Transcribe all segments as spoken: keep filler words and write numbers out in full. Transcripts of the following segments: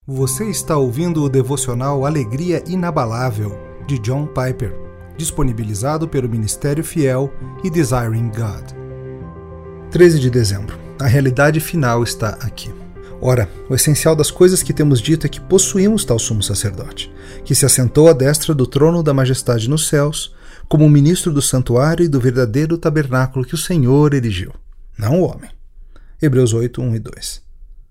Você está ouvindo o devocional Alegria Inabalável, de John Piper, disponibilizado pelo Ministério Fiel e Desiring God. treze de dezembro. A realidade final está aqui. Ora, o essencial das coisas que temos dito é que possuímos tal sumo sacerdote, que se assentou à destra do trono da majestade nos céus, como ministro do santuário e do verdadeiro tabernáculo que o Senhor erigiu, não o homem. Hebreus oito, um e dois.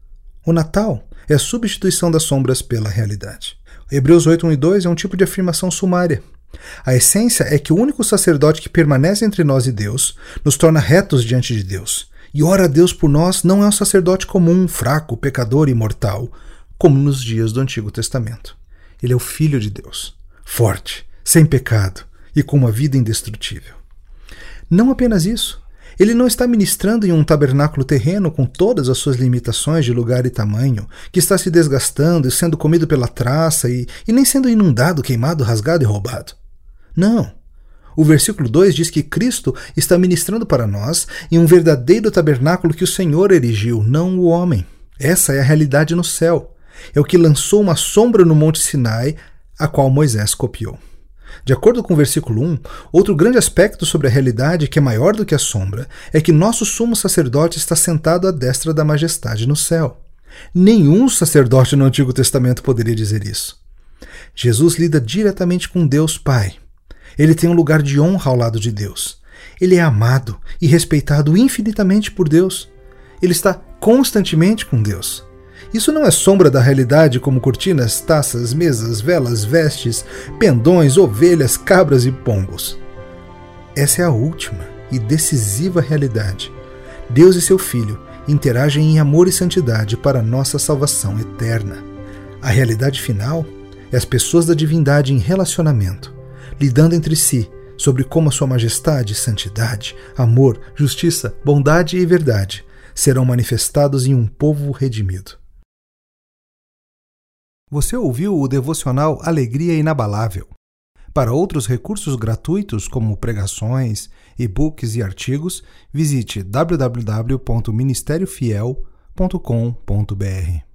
O Natal é a substituição das sombras pela realidade. Hebreus oito, um e dois é um tipo de afirmação sumária. A essência é que o único sacerdote que permanece entre nós e Deus nos torna retos diante de Deus, e ora a Deus por nós não é um sacerdote comum, fraco, pecador e mortal, como nos dias do Antigo Testamento. Ele é o Filho de Deus, forte, sem pecado e com uma vida indestrutível. Não apenas isso, ele não está ministrando em um tabernáculo terreno com todas as suas limitações de lugar e tamanho, que está se desgastando e sendo comido pela traça e, e nem sendo inundado, queimado, rasgado e roubado. Não. O versículo dois diz que Cristo está ministrando para nós em um verdadeiro tabernáculo que o Senhor erigiu, não o homem. Essa é a realidade no céu. É o que lançou uma sombra no Monte Sinai, a qual Moisés copiou. De acordo com o versículo um, outro grande aspecto sobre a realidade, que é maior do que a sombra, é que nosso sumo sacerdote está sentado à destra da majestade no céu. Nenhum sacerdote no Antigo Testamento poderia dizer isso. Jesus lida diretamente com Deus Pai. Ele tem um lugar de honra ao lado de Deus. Ele é amado e respeitado infinitamente por Deus. Ele está constantemente com Deus. Isso não é sombra da realidade como cortinas, taças, mesas, velas, vestes, pendões, ovelhas, cabras e pombos. Essa é a última e decisiva realidade. Deus e seu Filho interagem em amor e santidade para a nossa salvação eterna. A realidade final é as pessoas da divindade em relacionamento, lidando entre si sobre como a sua majestade, santidade, amor, justiça, bondade e verdade serão manifestados em um povo redimido. Você ouviu o devocional Alegria Inabalável. Para outros recursos gratuitos, como pregações, e-books e artigos, visite w w w ponto ministério fiel ponto com ponto b r.